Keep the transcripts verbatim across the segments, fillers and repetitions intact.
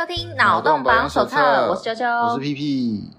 听脑洞保养手册，我是啾啾， 我是屁屁。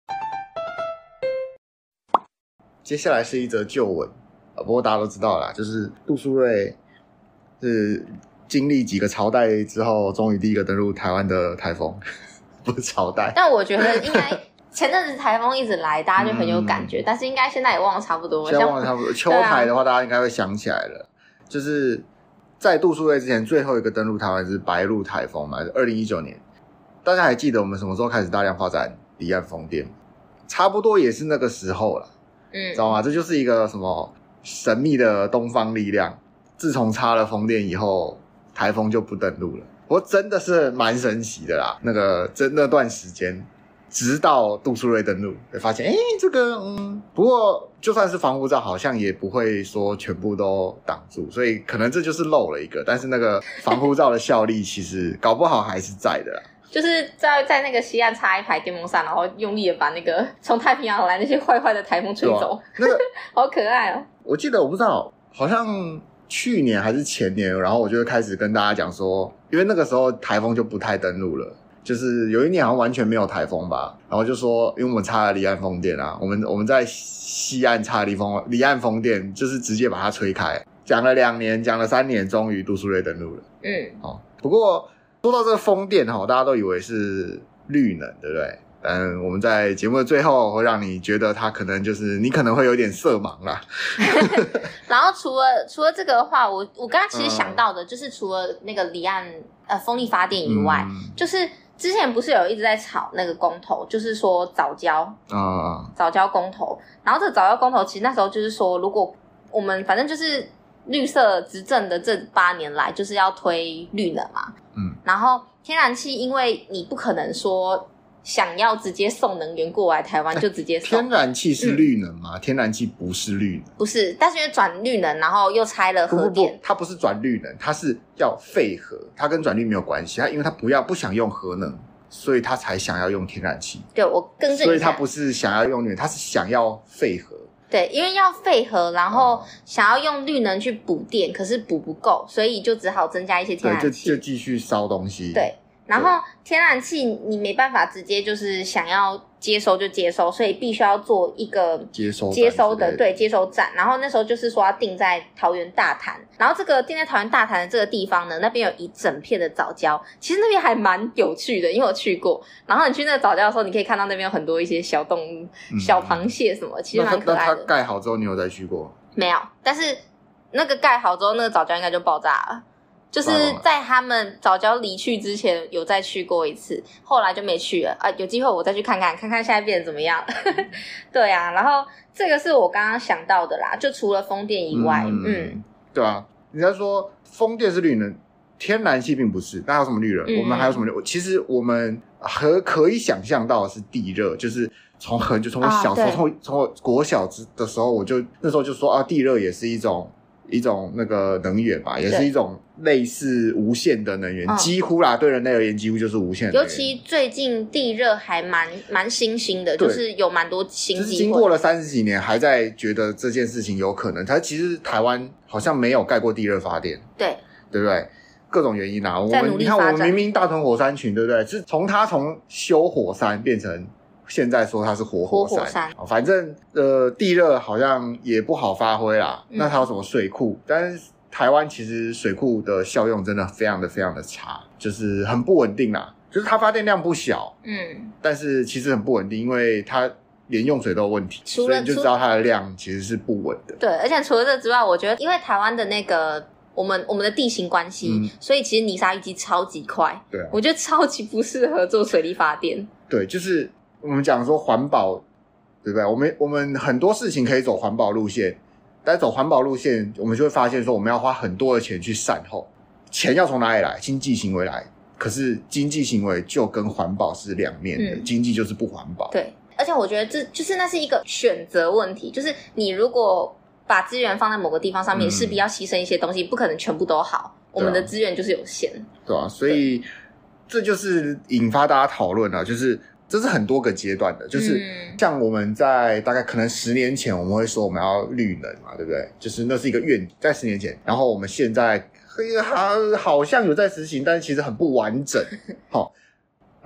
接下来是一则旧闻，不过大家都知道啦，就是杜苏芮是经历几个朝代之后，终于第一个登陆台湾的台风，不是朝代。 但我觉得应该前阵子台风一直来，大家就很有感觉，嗯、但是应该现在也忘了差不多。 现在忘了差不多。秋台的话，大家应该会想起来了，就是在杜苏芮之前，最后一个登陆台湾是白鹿台风嘛，二零一九年。大家还记得我们什么时候开始大量发展离岸风电？差不多也是那个时候了。嗯，知道吗？这就是一个什么神秘的东方力量。自从插了风电以后，台风就不登陆了。不过真的是蛮神奇的啦。那个真那段时间，直到杜苏芮登陆，会发现，哎，这个嗯，不过就算是防护罩，好像也不会说全部都挡住，所以可能这就是漏了一个。但是那个防护罩的效力，其实搞不好还是在的啦。 就是在在那个西岸插一排电风扇，然后用力的把那个从太平洋来那些坏坏的台风吹走，啊、 那个好可爱哦！ 我记得我不知道，好像去年还是前年，然后我就开始跟大家讲说，因为那个时候台风就不太登陆了，就是有一年好像完全没有台风吧，然后就说，因为我们插了离岸风电啊，我们我们在西岸插离风离岸风电，就是直接把它吹开，讲了两年，讲了三年，终于杜苏芮登陆了。嗯，哦，不过。说到这个风电，大家都以为是绿能，对不对？但我们在节目的最后会让你觉得它可能就是你可能会有点色盲啦。 然后除了除了这个的话，我我刚刚其实想到的、嗯、就是除了那个离岸呃风力发电以外、嗯，就是之前不是有一直在炒那个公投，就是说藻礁啊，藻礁公投。然后这个藻礁公投其实那时候就是说，如果我们反正就是绿色执政的这八年来，就是要推绿能嘛。嗯，然后天然气，因为你不可能说想要直接送能源过来台湾就直接送。 天然气是绿能吗？嗯、天然气不是绿能， 不是，但是因为转绿能，然后又拆了核电， 不不不，它不是转绿能，它是要废核，它跟转绿没有关系。它因为它不要不想用核能，所以它才想要用天然气。 对，我更正一下， 所以它不是想要用绿能，它是想要废核。 对，因为要废核，然后想要用绿能去补电，可是补不够，所以就只好增加一些天然气， 对，就就继续烧东西。 对，然后天然气你没办法直接就是想要接收就接收，所以必须要做一个接收接收的对接收站。然后那时候就是说要定在桃园大潭，然后这个定在桃园大潭的这个地方呢，那边有一整片的藻礁，其实那边还蛮有趣的，因为我去过。然后你去那个藻礁的时候，你可以看到那边有很多一些小动物、嗯、小螃蟹什么，其实蛮可爱的。 那它盖好之后，你有再去过？ 没有，但是那个盖好之后，那个藻礁应该就爆炸了。就是在他们藻礁离去之前有再去过一次，后来就没去了啊。有机会我再去看看，看看现在变得怎么样。对啊，然后这个是我刚刚想到的啦，就除了风电以外，嗯，嗯对啊，人家说风电是绿能，天然气并不是，那还有什么绿能？嗯、我们还有什么绿？其实我们和可以想象到的是地热，就是从很就从我小时候，从、啊、从我国小的时候，我就那时候就说啊，地热也是一种。一种那个能源吧，也是一种类似无限的能源，几乎啦，对人类而言几乎就是无限的能源。 尤其最近地热还蛮蛮新兴的，就是有蛮多新机会。 就是经过了三十几年，还在觉得这件事情有可能。它其实台湾好像没有盖过地热发电， 对对不对？各种原因啊，我们你看，我们明明大屯火山群，对不对？是从它从休火山变成。现在说它是活火山， 活火山反正呃地热好像也不好发挥啦。嗯、那它有什么水库？但是台湾其实水库的效用真的非常的非常的差，就是很不稳定啦。就是它发电量不小，嗯，但是其实很不稳定，因为它连用水都有问题，所以你就知道它的量其实是不稳的。 对，而且除了这之外，我觉得因为台湾的那个。我们我们的地形关系、嗯，所以其实泥沙淤积超级快。 对、啊， 我觉得超级不适合做水力发电。 对，就是我们讲说环保，对不对？我们我们很多事情可以走环保路线，但是走环保路线，我们就会发现说，我们要花很多的钱去善后。钱要从哪里来？经济行为来。可是经济行为就跟环保是两面的，嗯、经济就是不环保。 对，而且我觉得这就是那是一个选择问题，就是你如果。把资源放在某个地方上面，势必要牺牲一些东西，不可能全部都好。我们的资源就是有限， 对啊，所以这就是引发大家讨论啊，就是这是很多个阶段的，就是像我们在大概可能十年前，我们会说我们要绿能嘛，对不对？就是那是一个愿景，在十年前，然后我们现在好好像有在实行，但是其实很不完整。好，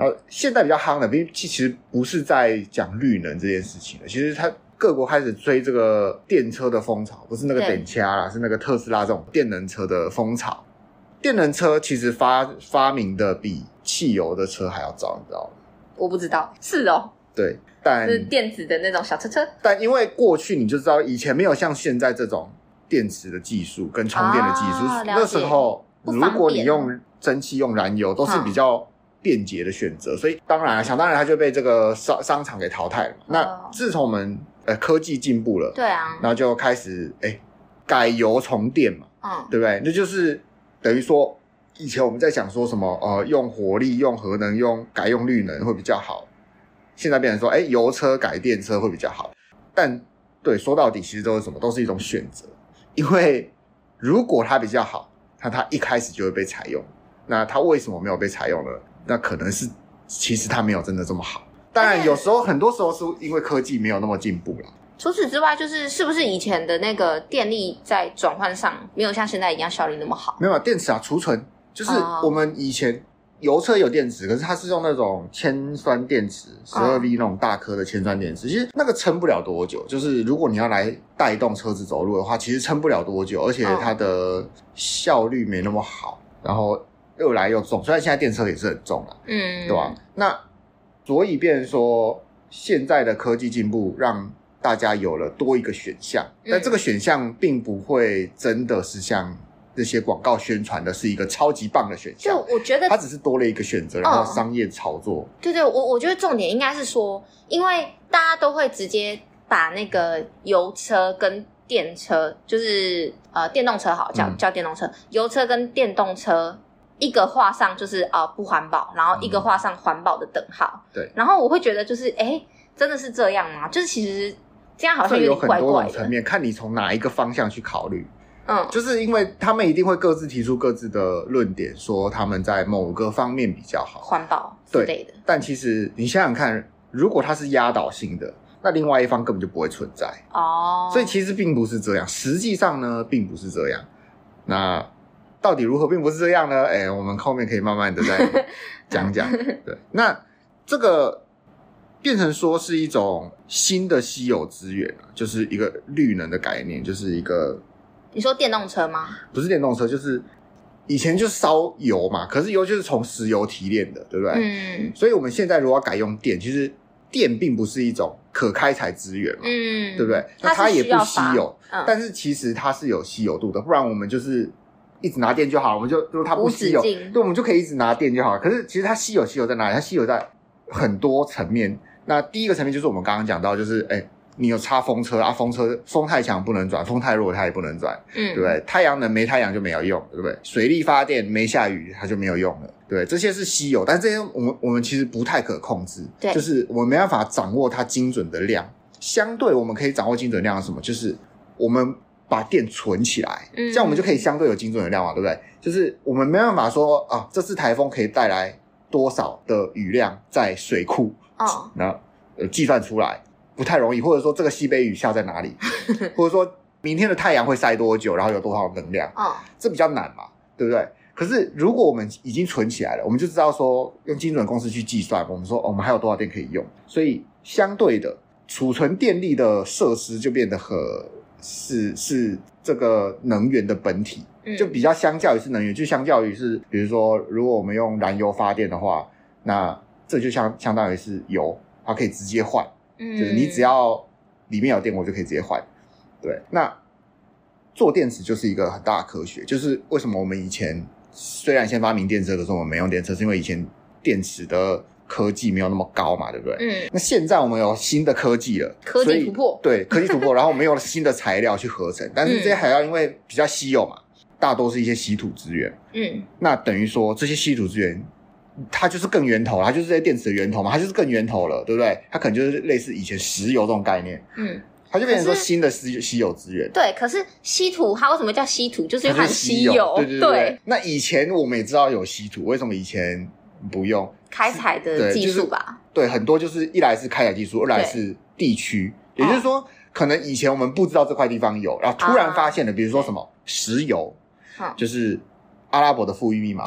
然后现在比较夯的，其实不是在讲绿能这件事情了，其实它各国开始追这个电车的风潮，不是那个电掐啦，是那个特斯拉这种电能车的风潮。电能车其实发发明的比汽油的车还要早，你知道吗？ 我不知道，是哦。 对，但就是电子的那种小车车。 但因为过去你就知道，以前没有像现在这种电池的技术跟充电的技术， 啊、 那时候如果你用蒸汽用燃油都是比较便捷的选择，嗯、所以当然想当然它就被这个商商场给淘汰了。哦、那自从我们呃科技进步了， 对啊， 然后就开始哎改油从电嘛，嗯，对不对？那就是等于说以前我们在想说什么呃用火力、用核能、用改用绿能会比较好，现在变成说哎油车改电车会比较好。但对说到底其实都是什么，都是一种选择，因为如果它比较好，那它一开始就会被采用。那它为什么没有被采用呢？那可能是其实它没有真的这么好。当然有时候很多时候是因为科技没有那么进步了。 除此之外，就是是不是以前的那个电力在转换上没有像现在一样效率那么好？ 没有电池啊，储存就是我们以前油车有电池，可是它是用那种铅酸电池 十二 V 那种大颗的铅酸电池，其实那个撑不了多久。就是如果你要来带动车子走路的话，其实撑不了多久，而且它的效率没那么好，然后又来又重。虽然现在电车也是很重啦，嗯，对吧？那所以变成说现在的科技进步让大家有了多一个选项，但这个选项并不会真的是像这些广告宣传的是一个超级棒的选项， 就我觉得它只是多了一个选择，然后商业炒作。 嗯、对对，我我觉得重点应该是说，因为大家都会直接把那个油车跟电车，就是呃电动车好叫、嗯、叫电动车，油车跟电动车一个画上就是啊、呃、不环保，然后一个画上环保的等号。 对、嗯， 然后我会觉得就是哎。真的是这样吗？就是其实这样好像有点怪怪的。 有很多种层面，看你从哪一个方向去考虑。 嗯， 就是因为他们一定会各自提出各自的论点，说他们在某个方面比较好， 环保之类的。 但其实你想想看，如果它是压倒性的，那另外一方根本就不会存在。哦，所以其实并不是这样。实际上呢，并不是这样。那到底如何并不是这样呢？哎，我们后面可以慢慢的再讲讲。对，那这个。变成说是一种新的稀有资源，就是一个绿能的概念，就是一个你说电动车吗？ 不是电动车，就是以前就是烧油嘛，可是油就是从石油提炼的，对不对？嗯，所以我们现在如果要改用电，其实电并不是一种可开采资源嘛，嗯，对不对？那它也不稀有、嗯、但是其实它是有稀有度的，不然我们就是一直拿电就好了，我们就如果它不稀有，对，我们就可以一直拿电就好了。可是其实它稀有稀有在哪里？它稀有在很多层面。那第一个层面就是我们刚刚讲到，就是哎，你有插风车啊，风车风太强不能转，风太弱它也不能转，嗯，对不对？太阳能没太阳就没有用，对不对？水力发电没下雨它就没有用了，对不对？这些是稀有，但是这些我们我们其实不太可控制，对，就是我们没办法掌握它精准的量。相对我们可以掌握精准量是什么？就是我们把电存起来，嗯，这样我们就可以相对有精准的量嘛，对不对？就是我们没办法说啊，这次台风可以带来多少的雨量在水库。哦，那呃计算出来不太容易，或者说这个西北雨下在哪里，或者说明天的太阳会晒多久，然后有多少能量，哦，这比较难嘛，对不对？可是如果我们已经存起来了，我们就知道说用精准公式去计算，我们说、哦、我们还有多少电可以用，所以相对的储存电力的设施就变得很是是这个能源的本体，嗯，就比较相较于是能源，就相较于是比如说如果我们用燃油发电的话，那这就相相当于是油，它可以直接换，嗯，就是你只要里面有电，我就可以直接换。对，那做电池就是一个很大的科学，就是为什么我们以前虽然先发明电车，可是我们没用电车，是因为以前电池的科技没有那么高嘛，对不对？嗯。那现在我们有新的科技了， 科技突破， 对，科技突破，然后我们用了新的材料去合成，但是这些材料因为比较稀有嘛，大多是一些稀土资源，嗯，那等于说这些稀土资源。它就是更源头，它就是这些电池的源头嘛，它就是更源头了，对不对？它可能就是类似以前石油这种概念，嗯，它就变成说新的稀有资源。 对，可是稀土它为什么叫稀土？就是因为它很稀有， 对对 对, 对, 对。那以前我们也知道有稀土，为什么以前不用开采的技术吧？ 对，很多就是一来是开采技术，二来是地区，也就是说，可能以前我们不知道这块地方有，然后突然发现了，比如说什么石油，就是阿拉伯的富裕密码，对。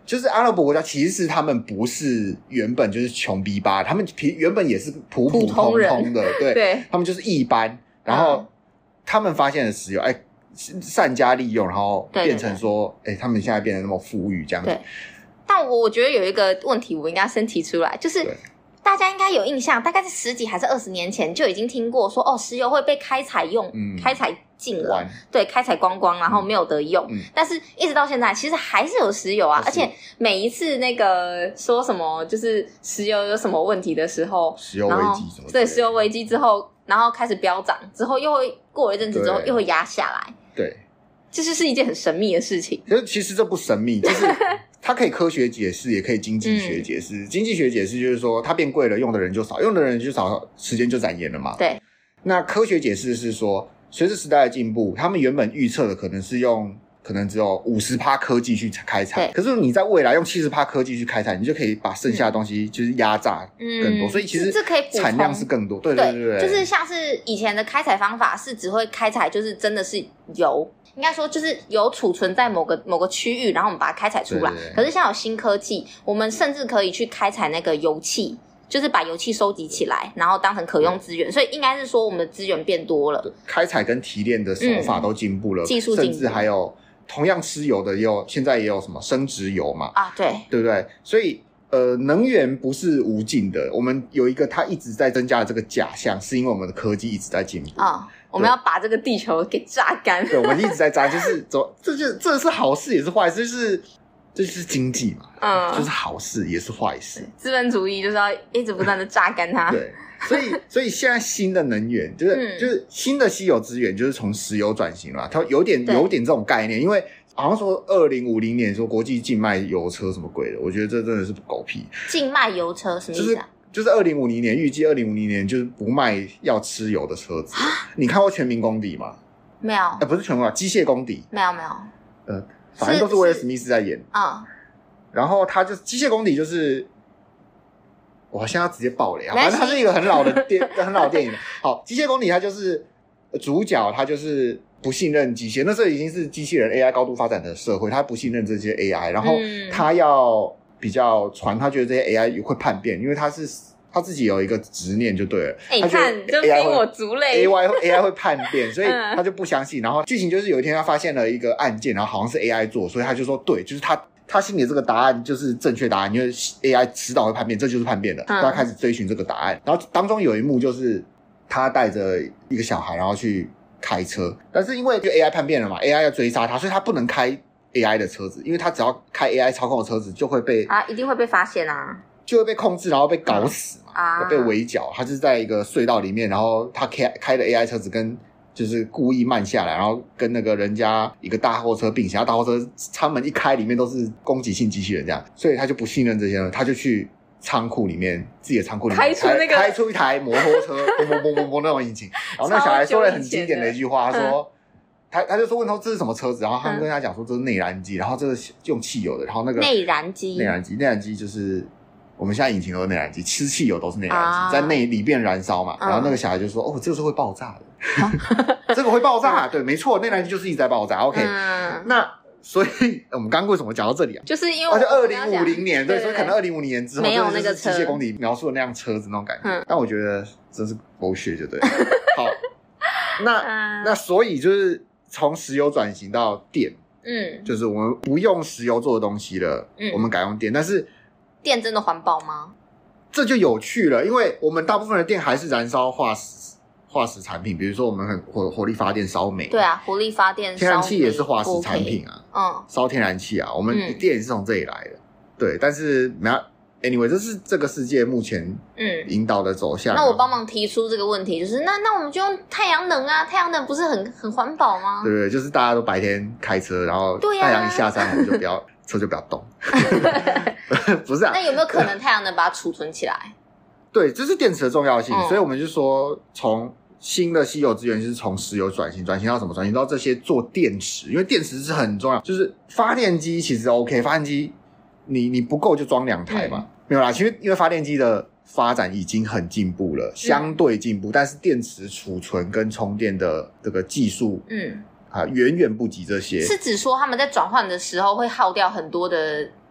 就是阿拉伯国家，其实他们不是原本就是穷逼吧，他们原本也是普普通通的，对， 对， 他们就是一般，然后他们发现了石油，哎，善加利用，然后变成说，哎，他们现在变得那么富裕这样子。 对，但我我觉得有一个问题，我应该先提出来，就是大家应该有印象，大概是十几还是二十年前就已经听过说，哦，石油会被开采用，嗯、开采尽了，对，开采光光，然后没有得用。嗯、但是一直到现在，其实还是有石油啊，而且每一次那个说什么就是石油有什么问题的时候， 石油危机什么， 对，石油危机之后，然后开始飙涨，之后又会过了一阵子之后又会压下来， 对， 这就是一件很神秘的事情。 其实其实这不神秘，就是。它可以科学解释，也可以经济学解释。嗯、经济学解释就是说，它变贵了，用的人就少，用的人就少，时间就展延了嘛。 对。 那科学解释是说，随着时代的进步，他们原本预测的可能是用，可能只有 百分之五十 科技去开采，可是你在未来用 百分之七十 科技去开采，你就可以把剩下的东西就是压榨更多，嗯、所以其实产量是更多。对对对对， 就是像是以前的开采方法是只会开采，就是真的是油。应该说就是有储存在某个某个区域，然后我们把它开采出来。对对对，可是现在有新科技，我们甚至可以去开采那个油气，就是把油气收集起来，然后当成可用资源。所以应该是说我们的资源变多了， 开采跟提炼的手法都进步了， 嗯、技术进步， 甚至还有同样吃油的也有，现在也有什么生质油嘛？ 啊，对， 对不对？所以呃，能源不是无尽的，我们有一个它一直在增加的这个假象，是因为我们的科技一直在进步啊。我们要把这个地球给榨干。 对，我们一直在榨，就是走，这就这是好事也是坏事，就是这就是经济嘛，嗯，就是好事也是坏事。 资本主义就是要一直不断的榨干它。 对，所以所以现在新的能源就是、嗯、就是新的稀有资源，就是从石油转型了，它有点有点这种概念，因为好像说二零五零年说国际禁卖油车什么鬼的，我觉得这真的是狗屁。 禁卖油车什么意思啊？就是就是二零五零年，预计二零五零年就是不卖要吃油的车子。你看过全民公敌吗？没有。哎、欸，不是全民公敌，机械公敌。 没有没有。 呃，反正都是威尔史密斯在演啊。然后他就是机械公敌，就是我现在要直接爆雷啊！反正它是一个很老的电很老的电影。好，机械公敌它就是主角，他就是不信任机械，那时候已经是机器人 A I 高度发展的社会，他不信任这些 A I， 然后他要。比较传，他觉得这些 A I 会叛变，因为他是他自己有一个执念就对了。 欸、他觉得 A I 会我族类 A I A I 会叛变，所以他就不相信。然后剧情就是有一天他发现了一个案件，然后好像是 A I 做，所以他就说对，就是他他心里的这个答案就是正确答案，因为 A I 迟早会叛变，这就是叛变了。嗯、他开始追寻这个答案，然后当中有一幕就是他带着一个小孩，然后去开车，但是因为就 A I 叛变了嘛 ，A I 要追杀他，所以他不能开。A I 的车子，因为他只要开 A I 操控的车子，就会被啊，一定会被发现啊， 就会被控制，然后被搞死嘛，啊，被围剿。他就是在一个隧道里面，然后他开开的 A I 车子跟就是故意慢下来，然后跟那个人家一个大货车并行，大货车舱门一开，里面都是攻击性机器人这样，所以他就不信任这些人，他就去仓库里面自己的仓库里面开出那个开出一台摩托车，嘣嘣嘣嘣嘣那种引擎。然后那小孩说了很经典的一句话，他说。他他就说问他这是什么车子，然后他们跟他讲说这是内燃机，然后这是用汽油的，然后那个内燃机， 内燃机，内燃机就是我们现在引擎都是内燃机，吃汽油都是内燃机，啊、在内里边燃烧嘛。然后那个小孩就说：“哦，这个是会爆炸的，啊、这个会爆炸。”对，没错，内燃机就是一直在爆炸。OK，、嗯、那所以我们刚刚为什么讲到这里啊？ 就是因为而且二零五零年，对，所以可能二零五零年之后没有那个机械公敌描述的那辆车子那种感觉。嗯、但我觉得真是bullshit就对了。好，那、嗯、那所以就是。从石油转型到电，嗯，就是我们不用石油做的东西了，嗯，我们改用电，但是电真的环保吗？ 这就有趣了，因为我们大部分的电还是燃烧化石化石产品，比如说我们很火火力发电烧煤， 对啊，火力发电天然气也是化石产品啊， 嗯， 烧天然气啊，我们电也是从这里来的，嗯、对，但是没有。Anyway， 这是这个世界目前嗯引导的走向、啊嗯。 那我帮忙提出这个问题，就是那那我们就用太阳能啊，太阳能不是很很环保吗？ 对对，就是大家都白天开车，然后太阳一下山，我们就不要车就不要动。不是啊？ 那有没有可能太阳能把它储存起来？ 对，这是电池的重要性，嗯、所以我们就说从新的稀有资源就是从石油转型，转型到什么？转型到这些做电池，因为电池是很重要。就是发电机其实 OK， 发电机。你你不够就装两台嘛、嗯？没有啦，其实因为发电机的发展已经很进步了，相对进步，嗯、但是电池储存跟充电的这个技术，嗯啊，远远不及这些。 是指说他们在转换的时候会耗掉很多的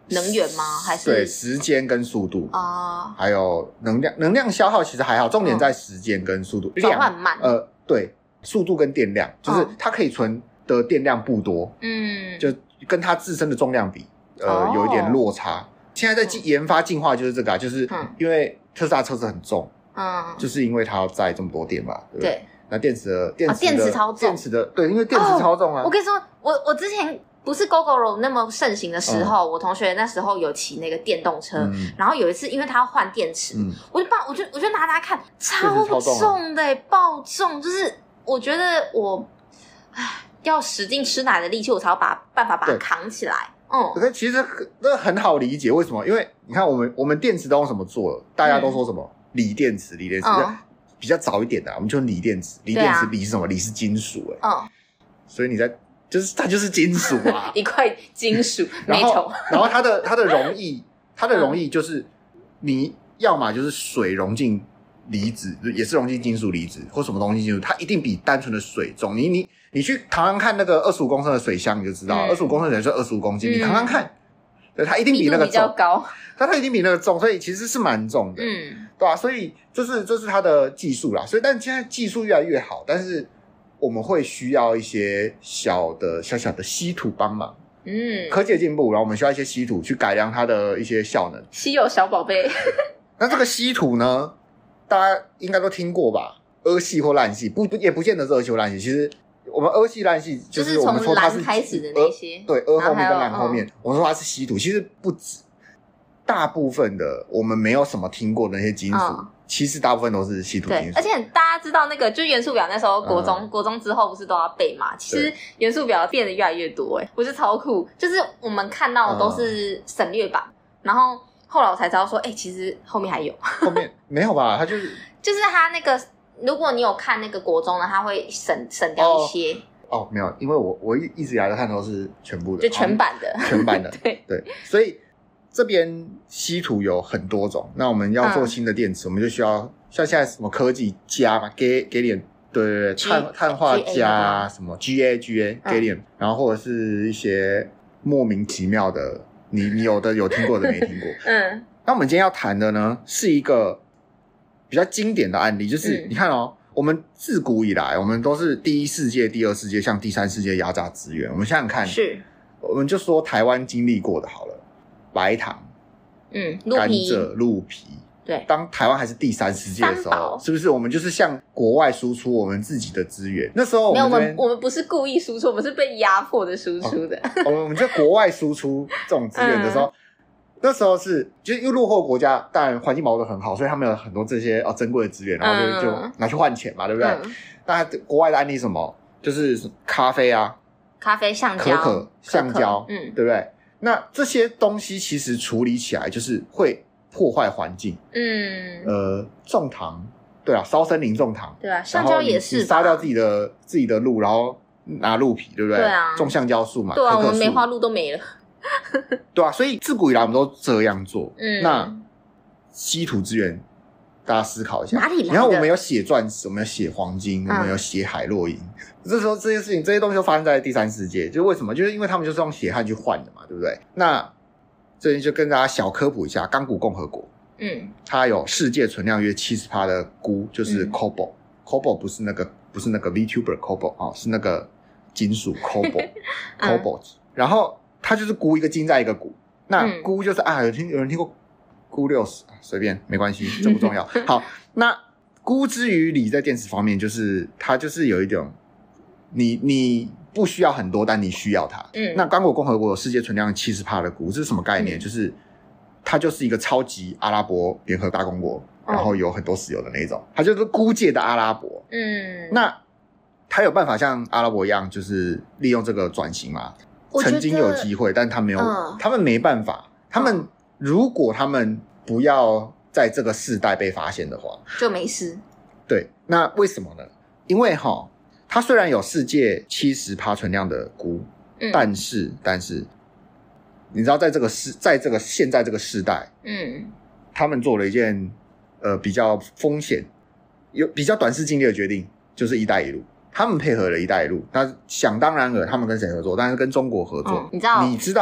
能源吗？还是对时间跟速度啊、 还有能量，能量消耗其实还好，重点在时间跟速度， 转量换慢。 呃，对，速度跟电量，就是它可以存的电量不多， 嗯， 就跟它自身的重量比，呃， 哦有一点落差。现在在进研发进化就是这个啊，就是因为特斯拉车子很重，嗯，就是因为它要载这么多电嘛，对不对？对，那电池的电池的、哦、 电池超重， 电池的对，因为电池超重啊。 哦、我跟你说，我我之前不是 Gogoro 那么盛行的时候、嗯，我同学那时候有骑那个电动车，嗯、然后有一次因为他要换电池，嗯、我就帮我就我就拿拿看，超重的、欸，爆重，就是我觉得我唉要使劲吃奶的力气，我才要把办法把它扛起来。嗯， 可是其实这很好理解，为什么？因为你看我们我们电池都用什么做？大家都说什么锂电池，锂电池、嗯、比较早一点的、啊，我们就锂电池，锂电池锂是什么？锂是金属哎、欸，嗯，所以你在就是它就是金属啊， 一块金属， 然后然后它的它的溶液，它的溶液就是你要嘛就是水溶进离子，也是溶进金属离子或什么东西金属，它一定比单纯的水重。你你。你去扛扛看那个二十五公升的水箱，你就知道，二十五公升等于说二十五公斤，嗯、你扛扛看，对，它一定比那个重， 比较高， 但它一定比那个重，所以其实是蛮重的，嗯，对吧、啊？所以这是这是它的技术啦，所以但现在技术越来越好，但是我们会需要一些小的小小的稀土帮忙，嗯，科技的进步，然后我们需要一些稀土去改良它的一些效能， 稀有小宝贝。 那这个稀土呢，大家应该都听过吧？铯系或氮系，不不也不见得是铯系或氮系，其实。我们铯系氮系就是我们说它是开始的那些， 对，铯后面跟氮后面、嗯，我们说它是稀土，其实不止，大部分的我们没有什么听过的那些金属，嗯、其实大部分都是稀土金属。 而且大家知道那个，就元素表那时候国中、嗯、国中之后不是都要背嘛？其实元素表变得越来越多、欸，哎，不是超酷，就是我们看到的都是省略版，嗯、然后后来我才知道说，哎、欸，其实后面还有， 后面没有吧？它就是就是它那个。如果你有看那个国中的，他会省省掉一些哦, 哦，没有，因为我我一直以来都看都是全部的， 就全版的， 全版的， 对对，所以这边稀土有很多种，那我们要做新的电池，嗯、我们就需要像现在什么科技镓嘛 ，Ga Gallium， 对对对，碳碳化镓啊，什么 Ga Ga Gallium，、嗯、然后或者是一些莫名其妙的，你你有的有听过的没听过，嗯，那我们今天要谈的呢是一个。比较经典的案例就是、嗯、你看哦，我们自古以来我们都是第一世界第二世界向第三世界压榨资源，我们想想看， 是我们就说台湾经历过的好了，白糖， 嗯， 甘蔗，鹿皮， 对， 当台湾还是第三世界的时候，是不是我们就是向国外输出我们自己的资源？那时候我们没有，我们我们不是故意输出，我们是被压迫的输出的。 哦、我们就国外输出这种资源的时候。嗯，那时候是，就是因为落后国家，当然环境保护得很好，所以他们有很多这些哦珍贵的资源，然后就、嗯、就拿去换钱嘛，对不对？嗯、那国外的案例是什么？就是咖啡啊， 咖啡、橡胶、 可可、橡胶，嗯，对不对？那这些东西其实处理起来就是会破坏环境，嗯，呃，种糖，对啊，烧森林种糖， 对啊，橡胶也是， 杀掉自己的自己的路，然后拿鹿皮，对不对？对啊， 种橡胶树嘛， 对啊， 可可树我们梅花鹿都没了。 对啊，所以自古以来我们都这样做。嗯，那稀土资源，大家思考一下， 哪里来的？ 你看，我们有血钻石，我们有血黄金，嗯、我们有血海洛因。这时候这些事情，这些东西都发生在第三世界，就是为什么？就是因为他们就是用血汗去换的嘛，对不对？那这里就跟大家小科普一下，刚果共和国，嗯，它有世界存量约 百分之七十 的钴，就是 cobalt。cobalt、嗯、不是那个不是那个 VTuber cobalt 啊、哦，是那个金属 cobalt cobalt、嗯。然后它就是钴一个金在一个钴，那钴就是、嗯、啊，有听有人听过钴六十，随便没关系，这不重要。好，那钴之于锂在电池方面，就是它就是有一种，你你不需要很多，但你需要它。嗯，那刚果共和国有世界存量 百分之七十 的钴，这是什么概念？嗯、就是它就是一个超级阿拉伯联合大公国，然后有很多石油的那一种，它就是钴界的阿拉伯。嗯，那它有办法像阿拉伯一样，就是利用这个转型嘛？曾经有机会，但他没有、嗯，他们没办法。他们、嗯、如果他们不要在这个世代被发现的话， 就没事。 对，那为什么呢？因为齁，它虽然有世界 百分之七十 存量的钴、嗯，但是但是，你知道，在这个世，在这个现在这个世代，嗯，他们做了一件呃比较风险、有比较短视近利的决定，就是“一带一路”。他们配合了一带一路，那想当然了，他们跟谁合作？当然是跟中国合作。 嗯、你知道？ 你知道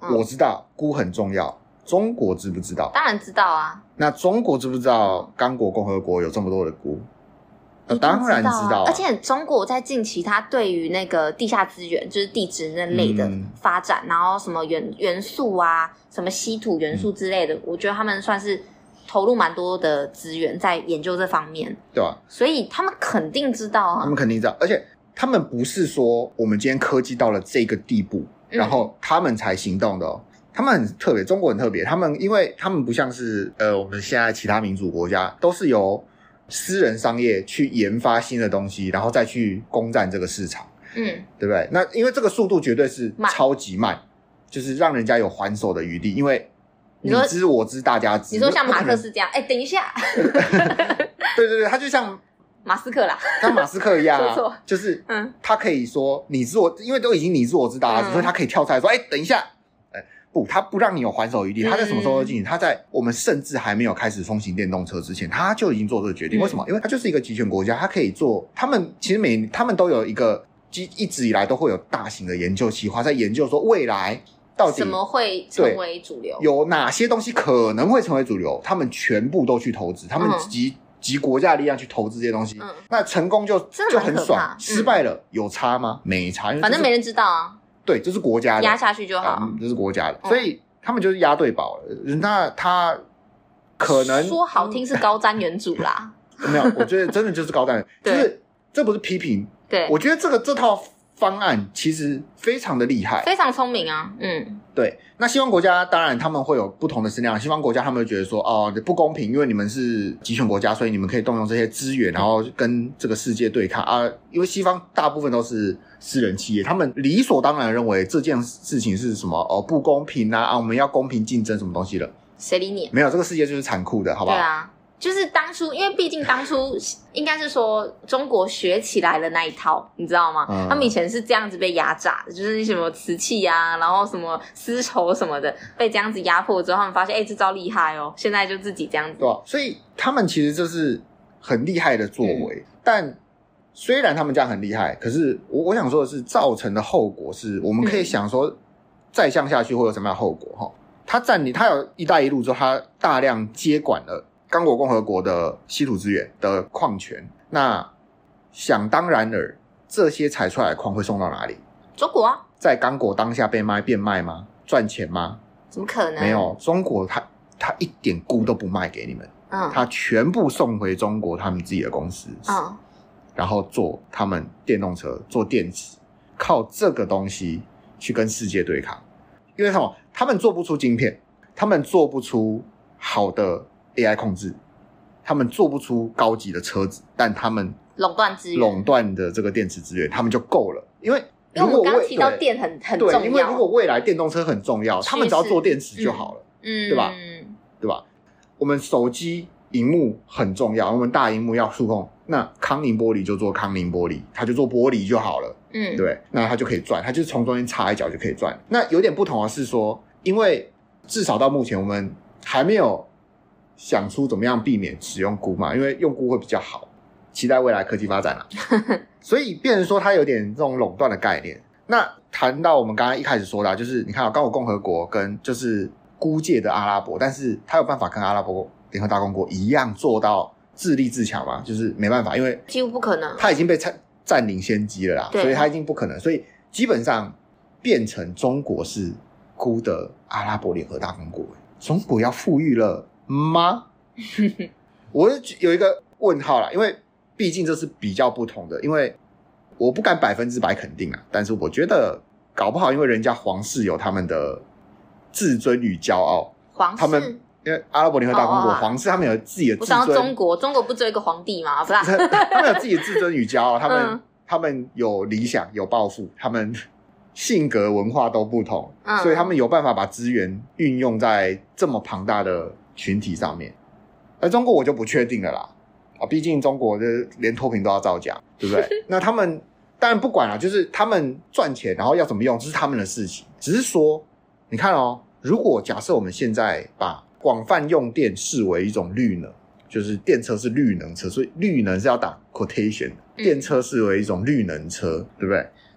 嗯、 我知道钴很重要，中国知不知道？ 当然知道啊。 那中国知不知道刚果共和国有这么多的钴？ 呃、 当然知道、啊， 而且中国在近期，它对于那个地下资源，就是地质那类的发展，嗯、然后什么元元素啊，什么稀土元素之类的，嗯、我觉得他们算是投入蛮多的资源在研究这方面， 对吧、啊？ 所以他们肯定知道啊， 他们肯定知道，而且他们不是说我们今天科技到了这个地步，嗯、然后他们才行动的哦。他们很特别，中国很特别，他们因为他们不像是呃我们现在其他民主国家，都是由私人商业去研发新的东西，然后再去攻占这个市场，嗯，对不对？那因为这个速度绝对是超级慢，就是让人家有还手的余地，因为你知我知大家知。 你说像马克思这样，哎，等一下， 对对对，他就像马斯克啦， 像马斯克一样、啊， 说错就是嗯，他可以说你知我，因为都已经你知我知大家知，嗯、所以他可以跳出来说，哎，等一下。不，他不让你有还手余地。他在什么时候进行？嗯、他在我们甚至还没有开始风行电动车之前，他就已经做这个决定。嗯、为什么？因为他就是一个集权国家，他可以做。他们其实每他们都有一个，一直以来都会有大型的研究计划，在研究说未来到底什么会成为主流， 有哪些东西可能会成为主流，他们全部都去投资，他们集、嗯、集国家的力量去投资这些东西。嗯、那成功就就很爽，嗯、失败了有差吗？没差，因为反正没人知道啊。 对，这是国家的， 压下去就好。 嗯，这是国家的，嗯、所以他们就是押对宝了。那他可能说好听是高瞻远瞩啦， 没有，我觉得真的就是高瞻远，就是这不是批评。 对， 我觉得这个这套方案其实非常的厉害， 非常聪明啊。嗯， 对。那西方国家当然他们会有不同的思量，西方国家他们会觉得说哦不公平，因为你们是集权国家，所以你们可以动用这些资源，然后跟这个世界对抗啊。因为西方大部分都是私人企业，他们理所当然认为这件事情是什么哦不公平啊啊，我们要公平竞争什么东西的？ 谁理你？ 没有，这个世界就是残酷的，好不好？ 对啊。就是当初，因为毕竟当初应该是说中国学起来的那一套，你知道吗？嗯、他们以前是这样子被压榨的，就是什么瓷器啊，然后什么丝绸什么的，被这样子压迫之后，他们发现，哎、欸，这招厉害哦，现在就自己这样子。 对、啊，所以他们其实就是很厉害的作为，嗯、但虽然他们这样很厉害，可是我我想说的是，造成的后果是我们可以想说，再向下去会有什么样的后果？哈、嗯，他占领，他有一带一路之后，他大量接管了刚果共和国的稀土资源的矿权，那想当然尔，这些采出来的矿会送到哪里？ 中国啊， 在刚果当下被卖变卖吗？赚钱吗？ 怎么可能？ 没有，中国他他一点钴都不卖给你们，嗯，他全部送回中国他们自己的公司，嗯，然后做他们电动车，做电池，靠这个东西去跟世界对抗。因为什么？他们做不出晶片，他们做不出好的A I 控制，他们做不出高级的车子，但他们垄断资源， 垄断的这个电池资源，他们就够了。因为因为我们刚刚提到电很很重要， 对，因为如果未来电动车很重要，他们只要做电池就好了，嗯，对吧？对吧？我们手机萤幕很重要，我们大萤幕要触控，那康宁玻璃就做康宁玻璃，它就做玻璃就好了，嗯，对，那它就可以赚，它就是从中间插一脚就可以赚。那有点不同的是说，因为至少到目前我们还没有想出怎么样避免使用钴嘛，因为用钴会比较好，期待未来科技发展啦所以变成说它有点这种垄断的概念。那谈到我们刚刚一开始说的、啊、就是你看刚果共和国跟就是钴界的阿拉伯，但是它有办法跟阿拉伯联合大公国一样做到自立自强吗？就是没办法，因为几乎不可能， 它已经被占领先机了啦，所以它已经不可能，所以基本上变成中国是钴的阿拉伯联合大公国，中国要富裕了吗？我有一个问号啦，因为毕竟这是比较不同的，因为我不敢百分之百肯定啦，但是我觉得搞不好因为人家皇室有他们的自尊与骄傲， 皇室他们因为阿拉伯联合大公国、哦、皇室他们有自己的自尊， 不像中国，中国不只有一个皇帝吗？不是他们有自己的自尊与骄傲，他们、嗯、他们有理想有抱负，他们性格文化都不同、嗯、所以他们有办法把资源运用在这么庞大的群体上面。而中国我就不确定了啦，啊，毕竟中国的连脱贫都要造假，对不对？那他们当然不管啦，就是他们赚钱，然后要怎么用，这是他们的事情。只是说，你看哦，如果假设我们现在把广泛用电视为一种绿能，就是电车是绿能车，所以绿能是要打 quotation， 电车视为一种绿能车，对不对？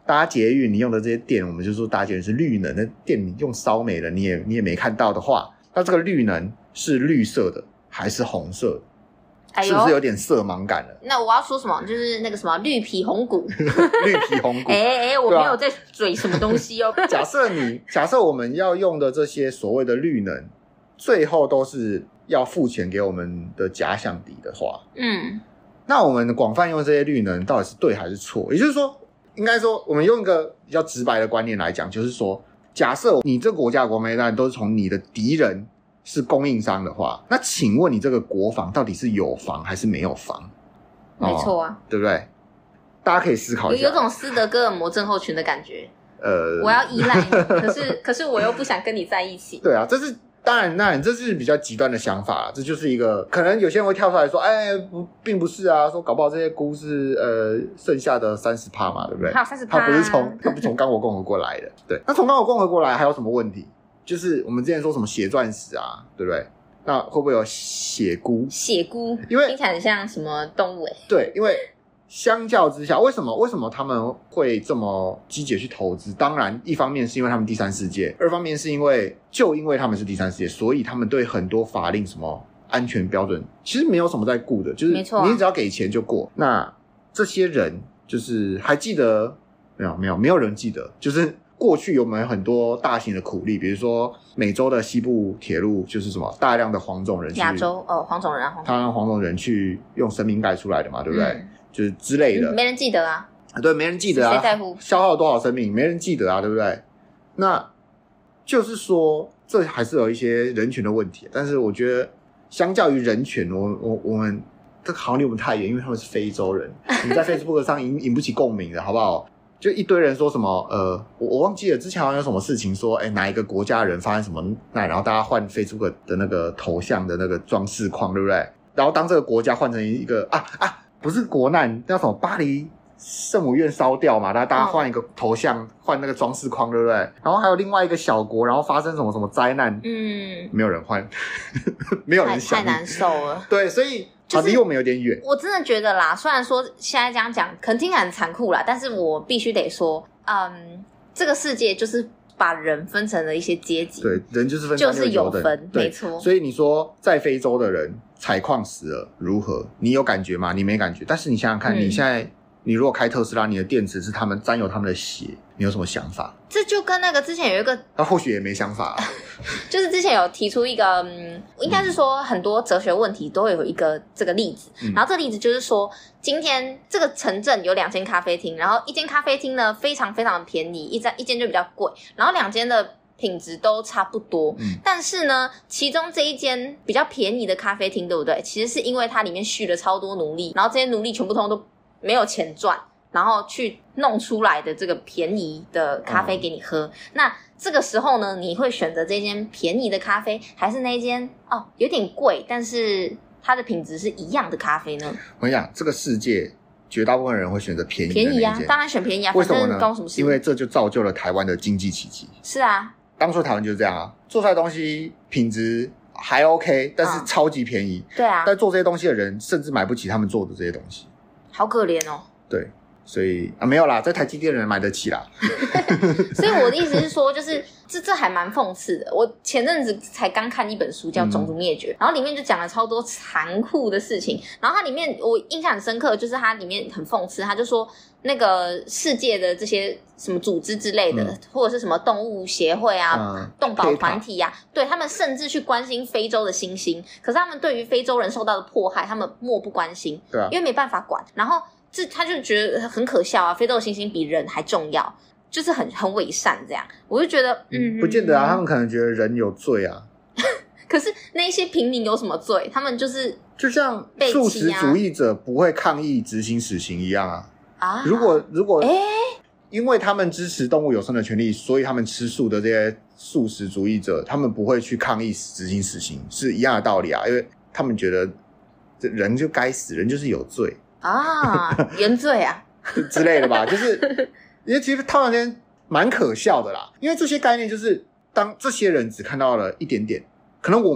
搭捷运你用的这些电，我们就说搭捷运是绿能，那电你用烧没了，你也你也没看到的话，那这个绿能是绿色的还是红色的？哎、是不是有点色盲感了？ 那我要说什么？就是那个什么绿皮红骨， 绿皮红骨。 哎哎、欸，我没有在嘴什么东西哦。 假设你假设我们要用的这些所谓的绿能，最后都是要付钱给我们的假想敌的话，嗯，那我们广泛用这些绿能到底是对还是错？也就是说，应该说，我们用一个比较直白的观念来讲，就是说，假设你这个国家的国防单都是从你的敌人是供应商的话，那请问你这个国防到底是有防还是没有防？ 没错啊、 哦，对不对？大家可以思考一下， 有有种斯德哥尔摩症候群的感觉。 呃， 我要依赖你，可是可是我又不想跟你在一起。 对啊，这是当然，当然这是比较极端的想法，这就是一个可能有些人会跳出来说，哎，不，并不是啊，说搞不好这些菇是呃剩下的三十趴嘛，对不对？ 还有三十趴， 它不是从它不是从刚果共和国来的，对。那从刚果共和国来还有什么问题？就是我们之前说什么血钻石啊，对不对？那会不会有血菇？ 血菇， 因为听起来很像什么动物诶。 对，因为相较之下，为什么为什么他们会这么积极去投资？当然，一方面是因为他们第三世界，二方面是因为就因为他们是第三世界，所以他们对很多法令什么安全标准其实没有什么在顾的，就是你只要给钱就过。那这些人就是还记得没有？没有，没有人记得，就是。过去有没有很多大型的苦力，比如说美洲的西部铁路，就是什么大量的黄种人去亚洲哦，黄种人， 他让黄种人去用生命盖出来的嘛，对不对？嗯、就是之类的、 嗯，没人记得啊。 对，没人记得啊， 谁在乎？ 消耗了多少生命，没人记得啊，对不对？那就是说，这还是有一些人权的问题，但是我觉得，相较于人权，我我我们这好像离我们太远，因为他们是非洲人，你在 Facebook 上引引不起共鸣的，好不好？就一堆人说什么呃，我我忘记了之前好像有什么事情说，哎，哪一个国家人发生什么难，然后大家换 Facebook 的那个头像的那个装饰框，对不对？然后当这个国家换成一个啊啊，不是国难，叫什么巴黎圣母院烧掉嘛，大家大家换一个头像，换、嗯、那个装饰框，对不对？然后还有另外一个小国，然后发生什么什么灾难，嗯，没有人换，没有人想， 太难受了。 对，所以。就是离我们有点远。 我真的觉得啦，虽然说现在这样讲，可能听起来很残酷啦，但是我必须得说，嗯，这个世界就是把人分成了一些阶级。 对，人就是分就是有分，没错。 所以你说在非洲的人采矿死了如何？你有感觉吗？你没感觉。但是你想想看，嗯、你现在你如果开特斯拉，你的电池是他们沾有他们的血，你有什么想法？ 这就跟那个之前有一个， 他或许也没想法、啊。 就是之前有提出一个，嗯，应该是说很多哲学问题都会有一个这个例子，嗯、然后这个例子就是说，今天这个城镇有两间咖啡厅，然后一间咖啡厅呢非常非常便宜，一间一间就比较贵，然后两间的品质都差不多，嗯，但是呢，其中这一间比较便宜的咖啡厅，对不对？其实是因为它里面蓄了超多奴隶，然后这些奴隶全部通通都没有钱赚，然后去弄出来的这个便宜的咖啡给你喝，嗯、那。这个时候呢，你会选择这间便宜的咖啡，还是那间哦有点贵，但是它的品质是一样的咖啡呢？ 我跟你讲，这个世界绝大部分人会选择便宜的那一间， 便宜啊，当然选便宜啊。 为什么呢？ 关我什么事？ 因为这就造就了台湾的经济奇迹。 是啊， 当初台湾就是这样啊，做出来的东西品质还 OK， 但是超级便宜。 嗯、对啊， 但做这些东西的人甚至买不起他们做的这些东西， 好可怜哦。 对。所以啊，没有啦，在台积电的人买得起啦。 所以我的意思是说，就是这这还蛮讽刺的。我前阵子才刚看一本书叫《种族灭绝》，嗯、然后里面就讲了超多残酷的事情。然后它里面我印象很深刻，就是它里面很讽刺，他就说那个世界的这些什么组织之类的，嗯、或者是什么动物协会啊、嗯、动保团体啊，对他们甚至去关心非洲的猩猩，可是他们对于非洲人受到的迫害，他们漠不关心， 对啊， 因为没办法管。然后这他就觉得很可笑啊，非洲的猩猩比人还重要，就是很很伪善这样。我就觉得，嗯， 不见得啊，他们可能觉得人有罪啊。 可是那一些平民有什么罪？他们就是就像素食主义者不会抗议执行死刑一样啊。 啊， 如果如果，哎，因为他们支持动物有生的权利，所以他们吃素的这些素食主义者，他们不会去抗议执行死刑，是一样的道理啊。因为他们觉得人就该死，人就是有罪。 啊，原罪啊之类的吧，就是因为其实套上间蛮可笑的啦，因为这些概念就是当这些人只看到了一点点，可能我们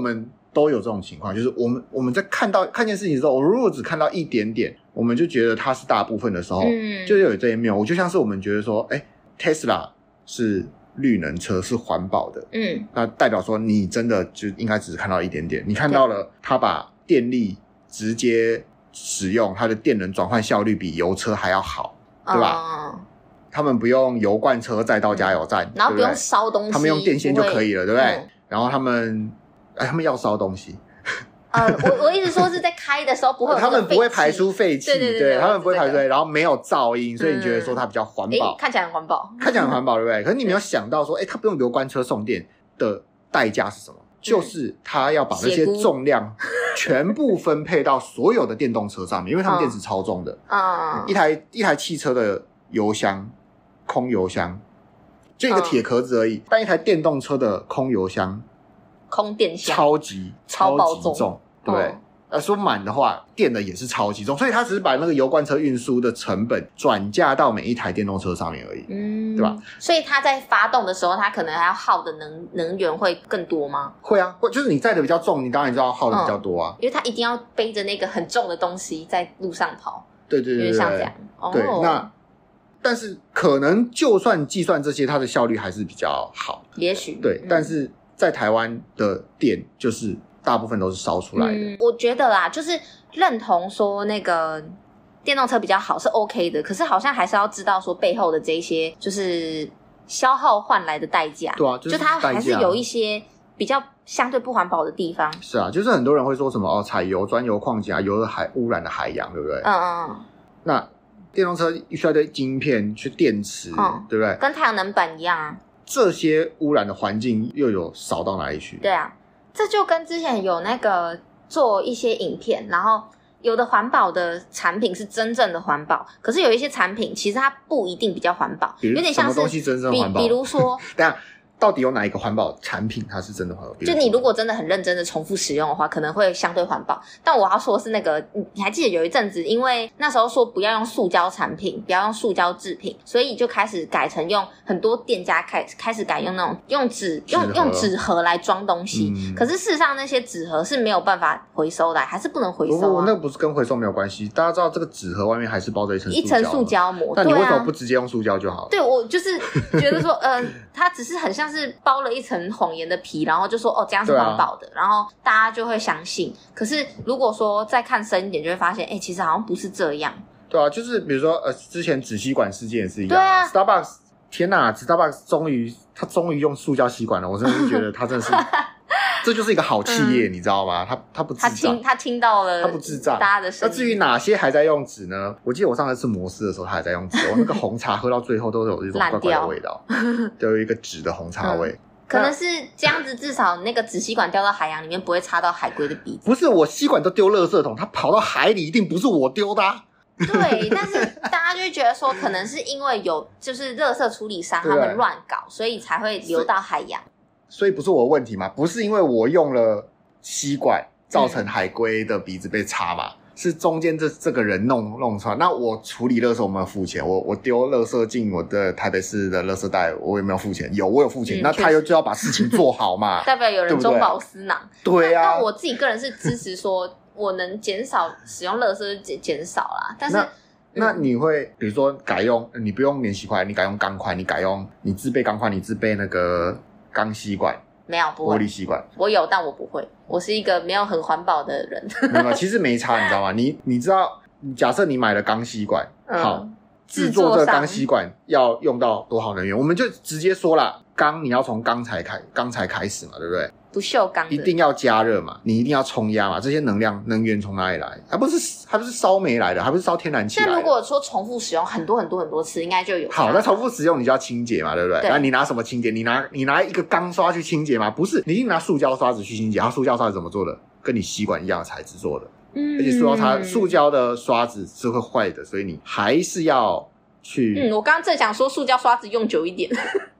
都有这种情况，就是我们我们在看到看件事情的时候，我如果只看到一点点，我们就觉得它是大部分的时候，嗯，就有这一面。我就像是我们觉得说，哎 ，Tesla 是绿能车，是环保的，嗯，那代表说你真的就应该只是看到一点点，你看到了它把电力直接使用，它的电能转换效率比油车还要好，对吧？哦，他们不用油罐车再到加油站， 嗯，然后不用烧东西， 他们用电线就可以了，对不对？嗯，然后他们。哎，他们要烧东西。 呃，我我一直说是在开的时候不会有那个废气， 他们不会排出废气， 对对 对, 对， 他们不会排出废气，然后没有噪音，所以你觉得说它比较环保， 嗯，看起来很环保， 看起来很环保，对不对？可是你没有想到说，哎，它不用油罐车送电的代价是什么？就是它要把那些重量全部分配到所有的电动车上面，因为他们电池超重的，嗯，一台一台汽车的油箱，空油箱就一个铁壳子而已，嗯，但一台电动车的空油箱。 空电箱超级超级重，重对不对？呃、哦，说满的话，电的也是超级重，所以它只是把那个油罐车运输的成本转嫁到每一台电动车上面而已，嗯，对吧？ 所以它在发动的时候，它可能还要耗的能能源会更多吗？ 会啊，就是你载的比较重，你当然就要耗的比较多啊， 嗯，因为它一定要背着那个很重的东西在路上跑， 对对 对, 对， 因为像这样，哦， 对，那但是可能就算计算这些，它的效率还是比较好， 也许对，嗯，但是。在台湾的电就是大部分都是烧出来的， 嗯，我觉得啦，就是认同说那个电动车比较好是 OK 的，可是好像还是要知道说背后的这一些就是消耗换来的代价， 对啊，就是就它还是有一些比较相对不环保的地方。 是啊，就是很多人会说什么哦，采油、钻油矿井啊，油的海污染的海洋，对不对？嗯嗯嗯。那电动车需要对晶片、去电池，嗯，对不对？ 跟太阳能板一样啊。 这些污染的环境又有少到哪里去？ 对啊，这就跟之前有那个做一些影片，然后有的环保的产品是真正的环保，可是有一些产品其实它不一定比较环保，有点像是什么东西真正环保？ 比, 比如说， 等一下到底有哪一个环保产品它是真的环保？ 就你如果真的很认真的重复使用的话，可能会相对环保。但我要说的是那个，你还记得有一阵子，因为那时候说不要用塑胶产品，不要用塑胶制品，所以就开始改成用很多店家开开始改用那种用纸用用纸盒来装东西，嗯。可是事实上那些纸盒是没有办法回收的，还是不能回收啊？ 不，那不是跟回收没有关系。大家知道这个纸盒外面还是包着一层一层塑胶膜， 那你为什么不直接用塑胶就好了？ 对，我就是觉得说，呃，它只是很像是包了一层层谎言的皮，然后就说哦这样是环保的，啊，然后大家就会相信。可是如果说再看深一点，就会发现，哎，其实好像不是这样。 对啊，就是比如说呃，之前纸吸管事件也是一样。 对啊 ，Starbucks， 天哪 ，Starbucks 终于他终于用塑胶吸管了，我真的是觉得他真的是。这就是一个好企业，嗯，你知道吗？他他不智障， 他听他听到了， 他不智障， 大家的声音。 那至于哪些还在用纸呢？我记得我上次吃摩斯的时候，他还在用纸。我那个红茶喝到最后都有一种怪怪的味道，都有一个纸的红茶味。嗯， 可能是这样子，至少那个纸吸管掉到海洋里面不会插到海龟的鼻子。 不是，我吸管都丢垃圾桶，它跑到海里一定不是我丢的，啊。 对，但是大家就会觉得说，可能是因为有就是垃圾处理商他们乱搞，所以才会流到海洋。 所以不是我的问题嘛？不是因为我用了吸管造成海龟的鼻子被插嘛？嗯，是中间这这个人弄弄出来。那我处理垃圾我没有付钱，我我丢垃圾进我的台北市的垃圾袋，我有没有付钱？有，我有付钱。嗯，那他又就要把事情做好嘛？ 代表有人中饱私囊。 对啊。 那我自己个人是支持说，我能减少使用垃圾就减减少啦。但是那那你会比如说改用，你不用免洗筷，你改用钢筷，你改用你自备钢筷，你自备那个钢吸管。 没有，不会。 玻璃吸管我有，但我不会。我是一个没有很环保的人。 没有，其实没差，你知道吗？你你知道，假设你买了钢吸管，嗯，好，制作这个钢吸管要用到多少能源？我们就直接说啦，钢你要从钢材开钢材开始嘛，对不对？ 不锈钢一定要加热嘛，你一定要冲压嘛，这些能量能源从哪里来？还不是还不是烧煤来的，还不是烧天然气来的。 那如果说重复使用很多很多很多次，应该就有。 好，那重复使用你就要清洁嘛，对不对？那你拿什么清洁？你拿你拿一个钢刷去清洁吗？不是，你一定拿塑胶刷子去清洁。它塑胶刷子怎么做的？跟你吸管一样的材质做的，嗯，而且塑胶它塑胶的刷子是会坏的，所以你还是要去。 嗯，我刚刚正想说塑胶刷子用久一点。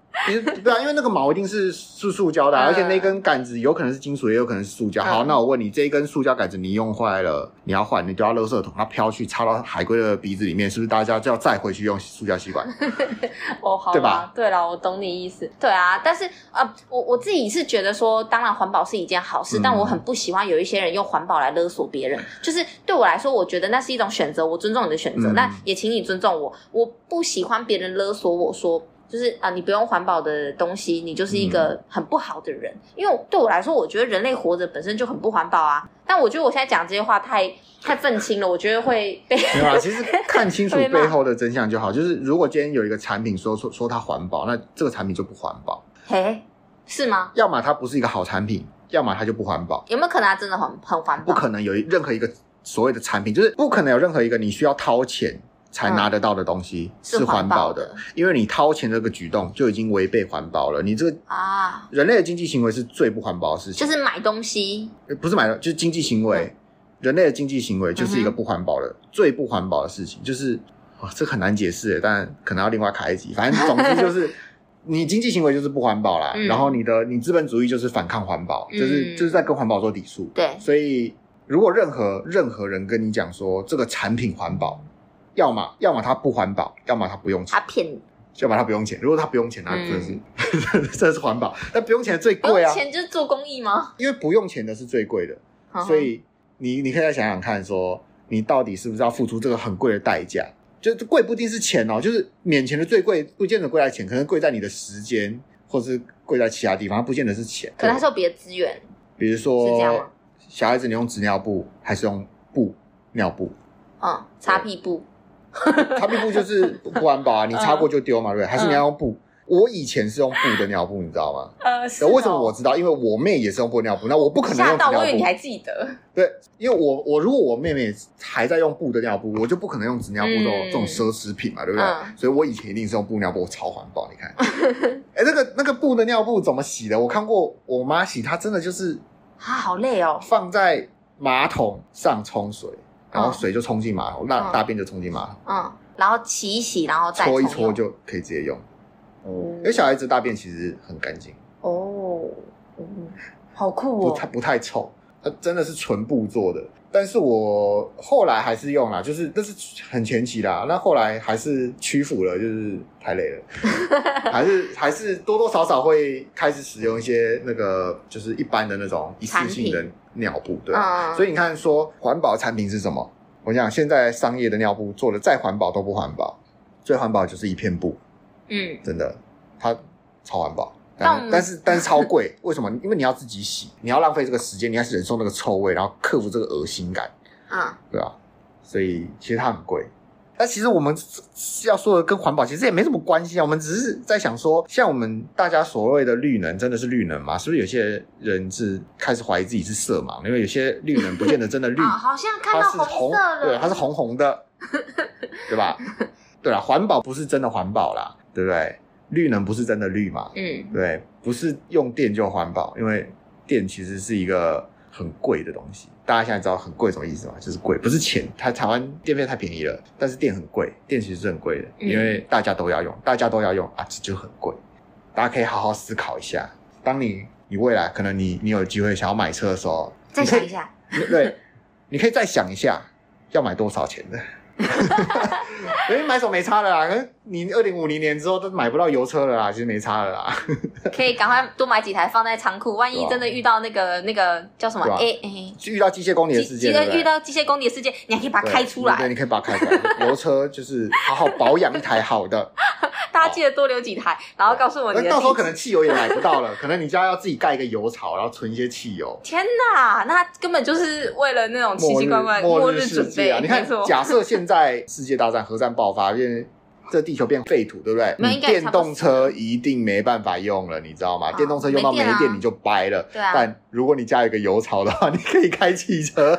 对啊，因为那个毛一定是是塑胶的、啊嗯，而且那根杆子有可能是金属，也有可能是塑胶。好，那我问你，这一根塑胶杆子你用坏了，你要换，你丢到垃圾桶，它飘去插到海龟的鼻子里面，是不是大家就要再回去用塑胶吸管？ 哦，好，对吧？对啦，我懂你意思。对啊，但是呃，我我自己是觉得说，当然环保是一件好事、嗯，但我很不喜欢有一些人用环保来勒索别人。就是对我来说，我觉得那是一种选择，我尊重你的选择、嗯，那也请你尊重我。我不喜欢别人勒索我说。就是啊、呃，你不用环保的东西，你就是一个很不好的人。嗯、因为对我来说，我觉得人类活着本身就很不环保啊。但我觉得我现在讲这些话太太愤青了，我觉得会被没有啊。其实看清楚背后的真相就好。就是如果今天有一个产品说说说它环保，那这个产品就不环保。 嘿，是吗？ 要么它不是一个好产品，要么它就不环保。 有没有可能它真的很很环保？ 不可能有任何一个所谓的产品，就是不可能有任何一个你需要掏钱才拿得到的东西是环保的、嗯、因为你掏钱这个举动就已经违背环保了。你这个啊，人类的经济行为是最不环保的事情， 就是买东西， 不是买东西，就是经济行为、嗯、人类的经济行为就是一个不环保的、嗯、最不环保的事情，就是哇，这很难解释耶，但可能要另外开一集。反正总之就是你经济行为就是不环保啦、嗯、然后你的你资本主义就是反抗环保、嗯、就是就是在跟环保做抵触。 对， 所以如果任何任何人跟你讲说这个产品环保，要么要么他不环保，要么他不用钱， 他骗你， 要么他不用钱。如果他不用钱，那真的是、嗯、真的是环保。但不用钱的最贵啊！ 不用钱就是做公益吗？ 因为不用钱的是最贵的，嗯、所以你你可以再想想看说，说你到底是不是要付出这个很贵的代价？就贵不一定是钱哦，就是免钱的最贵，不见得贵在钱，可能贵在你的时间，或是贵在其他地方，它不见得是钱。 可能还是有别的资源， 比如说小孩子你用纸尿布还是用布尿布？ 嗯，擦屁布。 擦屁布就是不环保啊，你擦过就丢嘛，对不对？还是你要用布？我以前是用布的尿布，你知道吗？ 呃，是、哦。 为什么我知道？因为我妹也是用布的尿布，那我不可能用纸尿布。吓到， 我以为你还记得。 对，因为我我如果我妹妹还在用布的尿布，我就不可能用纸尿布这种、嗯、这种奢侈品嘛，对不对、嗯？所以我以前一定是用布尿布，我超环保。你看，哎、欸，那个那个布的尿布怎么洗的？我看过我妈洗，她真的就是啊，好累哦， 放在马桶上冲水。然后水就冲进马桶，那、嗯、大便就冲进马桶， 嗯，然后洗一洗，然后再搓一搓就可以直接用。哦，因为小孩子大便其实很干净。 哦，嗯，好酷哦， 不太不太臭，它真的是纯布做的。但是我后来还是用啦，就是那是很前期啦，那后来还是屈服了，就是太累了，还是还是多多少少会开始使用一些那个就是一般的那种一次性的尿布，对、嗯，所以你看说环保产品是什么？我讲现在商业的尿布做的再环保都不环保，最环保就是一片布，嗯，真的，它超环保。但, 但是但是超贵，为什么？因为你要自己洗，你要浪费这个时间，你要忍受那个臭味，然后克服这个恶心感，啊、嗯，对吧？所以其实它很贵。但其实我们要说的跟环保其实也没什么关系啊，我们只是在想说，像我们大家所谓的绿能，真的是绿能吗？是不是有些人是开始怀疑自己是色盲？因为有些绿能不见得真的绿， 哦、好像看到红色了， 对，它是红红的，对吧？对啦，环保不是真的环保啦，对不对？绿能不是真的绿嘛，嗯，对，不是用电就环保，因为电其实是一个很贵的东西。大家现在知道很贵什么意思吗？就是贵，不是钱，台台湾电费太便宜了，但是电很贵，电其实是很贵的，因为大家都要用，大家都要用啊，这就很贵。大家可以好好思考一下，当你你未来可能你你有机会想要买车的时候， 再想一下， 对，你可以再想一下要买多少钱的。因为买手没差了啦，可是你二零五零年之后都买不到油车了啦，其实没差了啦。 可以赶快多买几台放在仓库，万一真的遇到那个那个叫什么 A A， 遇到机械公敌的事件，对不对？ 遇到机械公敌的事件，你还可以把它开出来。 对，对，你可以把它开出来。油车就是好好保养一台好的。 大家记得多留几台，然后告诉我你的地址。 到时候可能汽油也买不到了，可能你家要自己盖一个油槽，然后存一些汽油。 天哪，那根本就是为了那种奇奇怪怪末日准备啊！你看，假设现在世界大战、核战爆发，因为这地球变废土，对不对？你电动车一定没办法用了，你知道吗？电动车用到没电你就掰了。 对啊。 但如果你家有一个油槽的话，你可以开汽车。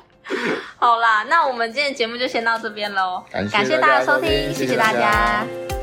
好啦，那我们今天的节目就先到这边咯， 感谢大家收听，谢谢大家。